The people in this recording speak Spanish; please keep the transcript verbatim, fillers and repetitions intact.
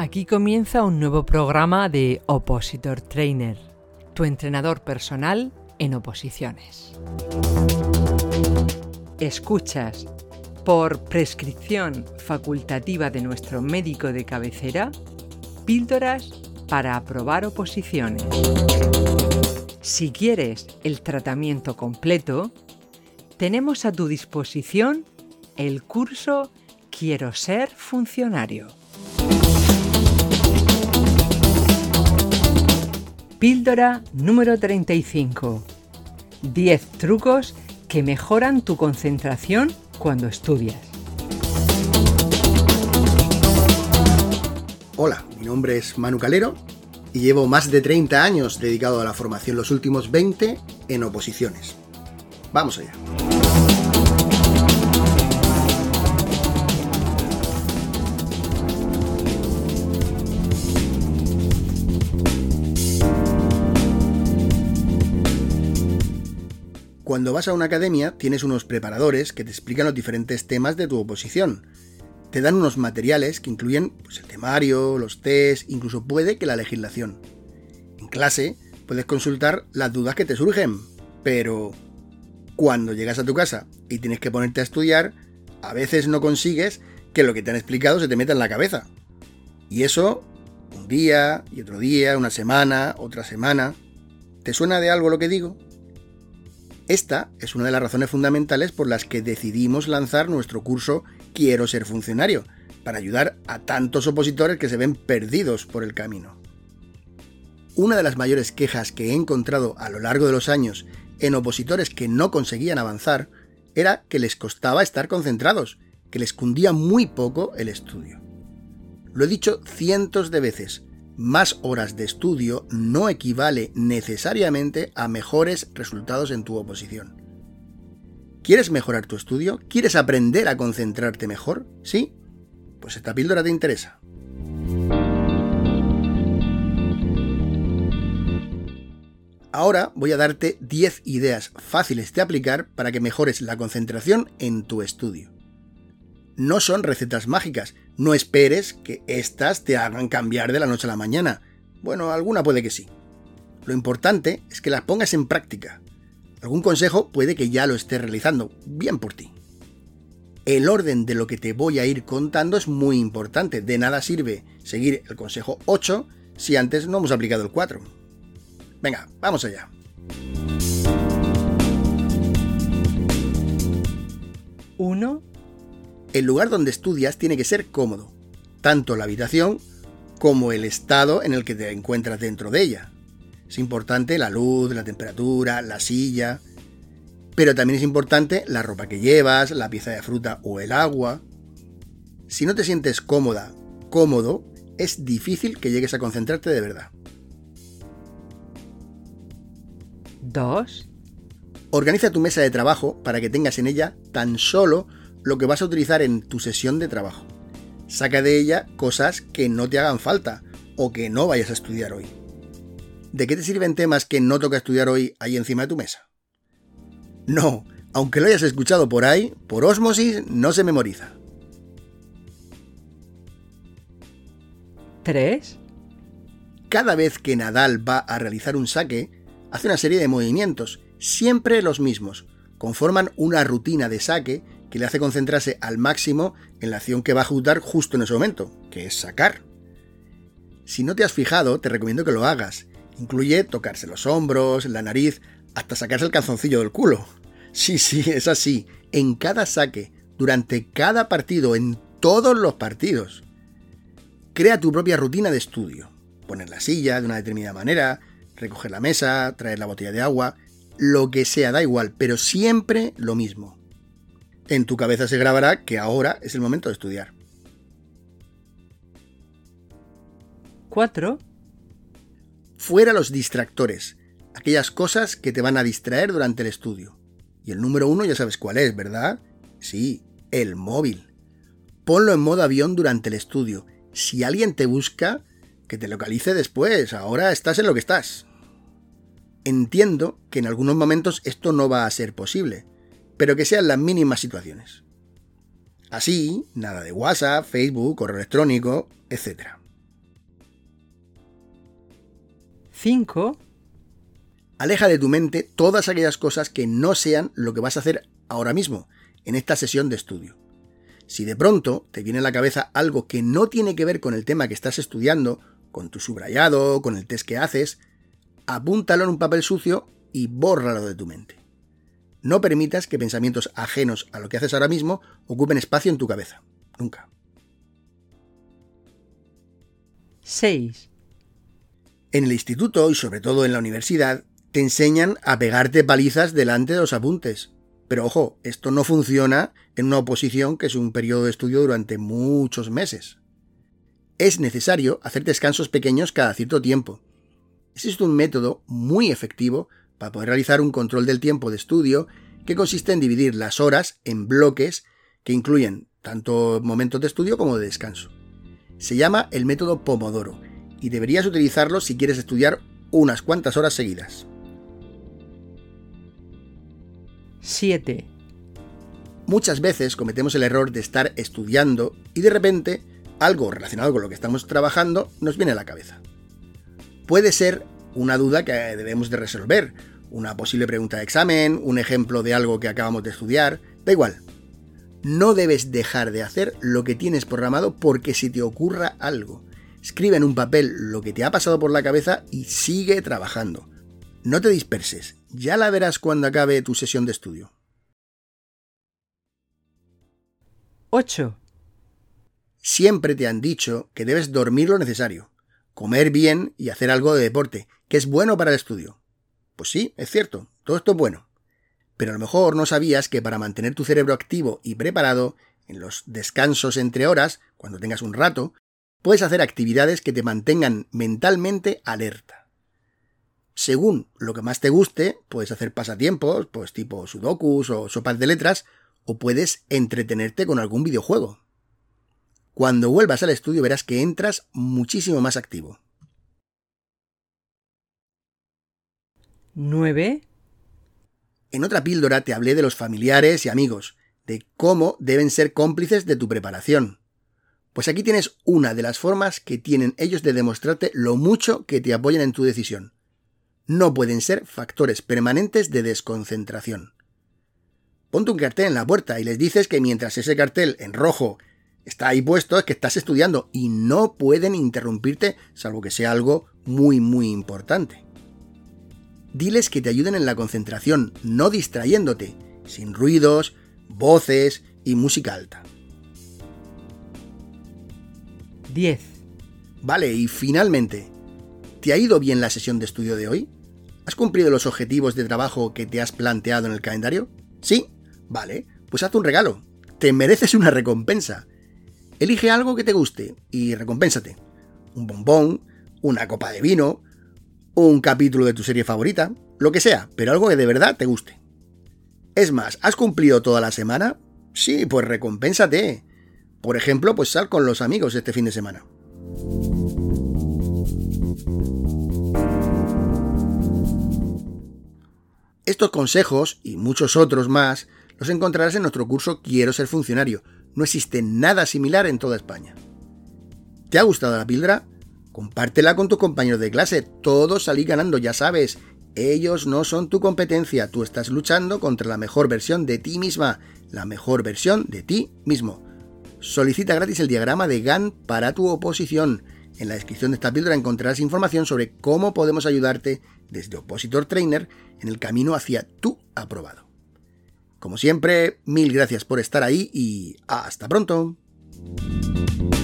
Aquí comienza un nuevo programa de Opositor Trainer, tu entrenador personal en oposiciones. Escuchas, por prescripción facultativa de nuestro médico de cabecera, píldoras para aprobar oposiciones. Si quieres el tratamiento completo, tenemos a tu disposición el curso Quiero ser funcionario. Píldora número treinta y cinco. diez trucos que mejoran tu concentración cuando estudias. Hola, mi nombre es Manu Calero y llevo más de treinta años dedicado a la formación, los últimos veinte en oposiciones. Vamos allá. Cuando vas a una academia tienes unos preparadores que te explican los diferentes temas de tu oposición. Te dan unos materiales que incluyen pues, el temario, los test, incluso puede que la legislación. En clase puedes consultar las dudas que te surgen, pero cuando llegas a tu casa y tienes que ponerte a estudiar, a veces no consigues que lo que te han explicado se te meta en la cabeza. Y eso, un día y otro día, una semana, otra semana. ¿Te suena de algo lo que digo? Esta es una de las razones fundamentales por las que decidimos lanzar nuestro curso Quiero ser funcionario, para ayudar a tantos opositores que se ven perdidos por el camino. Una de las mayores quejas que he encontrado a lo largo de los años en opositores que no conseguían avanzar era que les costaba estar concentrados, que les cundía muy poco el estudio. Lo he dicho cientos de veces. Más horas de estudio no equivale necesariamente a mejores resultados en tu oposición. ¿Quieres mejorar tu estudio? ¿Quieres aprender a concentrarte mejor? ¿Sí? Pues esta píldora te interesa. Ahora voy a darte diez ideas fáciles de aplicar para que mejores la concentración en tu estudio. No son recetas mágicas, no esperes que éstas te hagan cambiar de la noche a la mañana. Bueno, alguna puede que sí. Lo importante es que las pongas en práctica. Algún consejo puede que ya lo estés realizando, bien por ti. El orden de lo que te voy a ir contando es muy importante. De nada sirve seguir el consejo ocho si antes no hemos aplicado el cuatro. Venga, vamos allá. uno. El lugar donde estudias tiene que ser cómodo, tanto la habitación como el estado en el que te encuentras dentro de ella. Es importante la luz, la temperatura, la silla, pero también es importante la ropa que llevas, la pieza de fruta o el agua. Si no te sientes cómoda, cómodo, es difícil que llegues a concentrarte de verdad. dos. Organiza tu mesa de trabajo para que tengas en ella tan solo lo que vas a utilizar en tu sesión de trabajo. Saca de ella cosas que no te hagan falta o que no vayas a estudiar hoy. ¿De qué te sirven temas que no toca estudiar hoy ahí encima de tu mesa? No, aunque lo hayas escuchado por ahí, por ósmosis no se memoriza. tres. Cada vez que Nadal va a realizar un saque, hace una serie de movimientos, siempre los mismos, conforman una rutina de saque que le hace concentrarse al máximo en la acción que va a ejecutar justo en ese momento, que es sacar. Si no te has fijado, te recomiendo que lo hagas. Incluye tocarse los hombros, la nariz, hasta sacarse el calzoncillo del culo. Sí, sí, es así. En cada saque, durante cada partido, en todos los partidos. Crea tu propia rutina de estudio. Poner la silla de una determinada manera, recoger la mesa, traer la botella de agua, lo que sea, da igual, pero siempre lo mismo. En tu cabeza se grabará que ahora es el momento de estudiar. cuatro. Fuera los distractores, aquellas cosas que te van a distraer durante el estudio. Y el número uno ya sabes cuál es, ¿verdad? Sí, el móvil. Ponlo en modo avión durante el estudio. Si alguien te busca, que te localice después. Ahora estás en lo que estás. Entiendo que en algunos momentos esto no va a ser posible, pero que sean las mínimas situaciones. Así, nada de WhatsApp, Facebook, correo electrónico, etcétera. cinco. Aleja de tu mente todas aquellas cosas que no sean lo que vas a hacer ahora mismo, en esta sesión de estudio. Si de pronto te viene a la cabeza algo que no tiene que ver con el tema que estás estudiando, con tu subrayado, con el test que haces, apúntalo en un papel sucio y bórralo de tu mente. No permitas que pensamientos ajenos a lo que haces ahora mismo ocupen espacio en tu cabeza. Nunca. seis. En el instituto y sobre todo en la universidad te enseñan a pegarte palizas delante de los apuntes. Pero ojo, esto no funciona en una oposición que es un periodo de estudio durante muchos meses. Es necesario hacer descansos pequeños cada cierto tiempo. Existe un método muy efectivo para poder realizar un control del tiempo de estudio que consiste en dividir las horas en bloques que incluyen tanto momentos de estudio como de descanso. Se llama el método Pomodoro y deberías utilizarlo si quieres estudiar unas cuantas horas seguidas. siete. Muchas veces cometemos el error de estar estudiando y de repente algo relacionado con lo que estamos trabajando nos viene a la cabeza. Puede ser una duda que debemos de resolver, una posible pregunta de examen, un ejemplo de algo que acabamos de estudiar, da igual. No debes dejar de hacer lo que tienes programado porque si te ocurra algo. Escribe en un papel lo que te ha pasado por la cabeza y sigue trabajando. No te disperses, ya la verás cuando acabe tu sesión de estudio. ocho. Siempre te han dicho que debes dormir lo necesario, comer bien y hacer algo de deporte, que es bueno para el estudio. Pues sí, es cierto, todo esto es bueno. Pero a lo mejor no sabías que para mantener tu cerebro activo y preparado, en los descansos entre horas, cuando tengas un rato, puedes hacer actividades que te mantengan mentalmente alerta. Según lo que más te guste, puedes hacer pasatiempos, pues tipo sudokus o sopas de letras, o puedes entretenerte con algún videojuego. Cuando vuelvas al estudio verás que entras muchísimo más activo. nueve. En otra píldora te hablé de los familiares y amigos, de cómo deben ser cómplices de tu preparación. Pues aquí tienes una de las formas que tienen ellos de demostrarte lo mucho que te apoyan en tu decisión. No pueden ser factores permanentes de desconcentración. Ponte un cartel en la puerta y les dices que mientras ese cartel en rojo está ahí puesto es que estás estudiando y no pueden interrumpirte salvo que sea algo muy muy importante. Diles que te ayuden en la concentración, no distrayéndote, sin ruidos, voces y música alta. diez. Vale, y finalmente, ¿te ha ido bien la sesión de estudio de hoy? ¿Has cumplido los objetivos de trabajo que te has planteado en el calendario? ¿Sí? Vale, pues haz un regalo. Te mereces una recompensa. Elige algo que te guste y recompénsate. Un bombón, una copa de vino, un capítulo de tu serie favorita, lo que sea, pero algo que de verdad te guste. Es más, ¿has cumplido toda la semana? Sí, pues recompénsate. Por ejemplo, pues sal con los amigos este fin de semana. Estos consejos y muchos otros más los encontrarás en nuestro curso Quiero ser funcionario. No existe nada similar en toda España. ¿Te ha gustado la píldora? Compártela con tus compañeros de clase. Todos salí ganando, ya sabes. Ellos no son tu competencia. Tú estás luchando contra la mejor versión de ti misma. La mejor versión de ti mismo. Solicita gratis el diagrama de Gantt para tu oposición. En la descripción de esta píldora encontrarás información sobre cómo podemos ayudarte desde Opositor Trainer en el camino hacia tu aprobado. Como siempre, mil gracias por estar ahí y hasta pronto.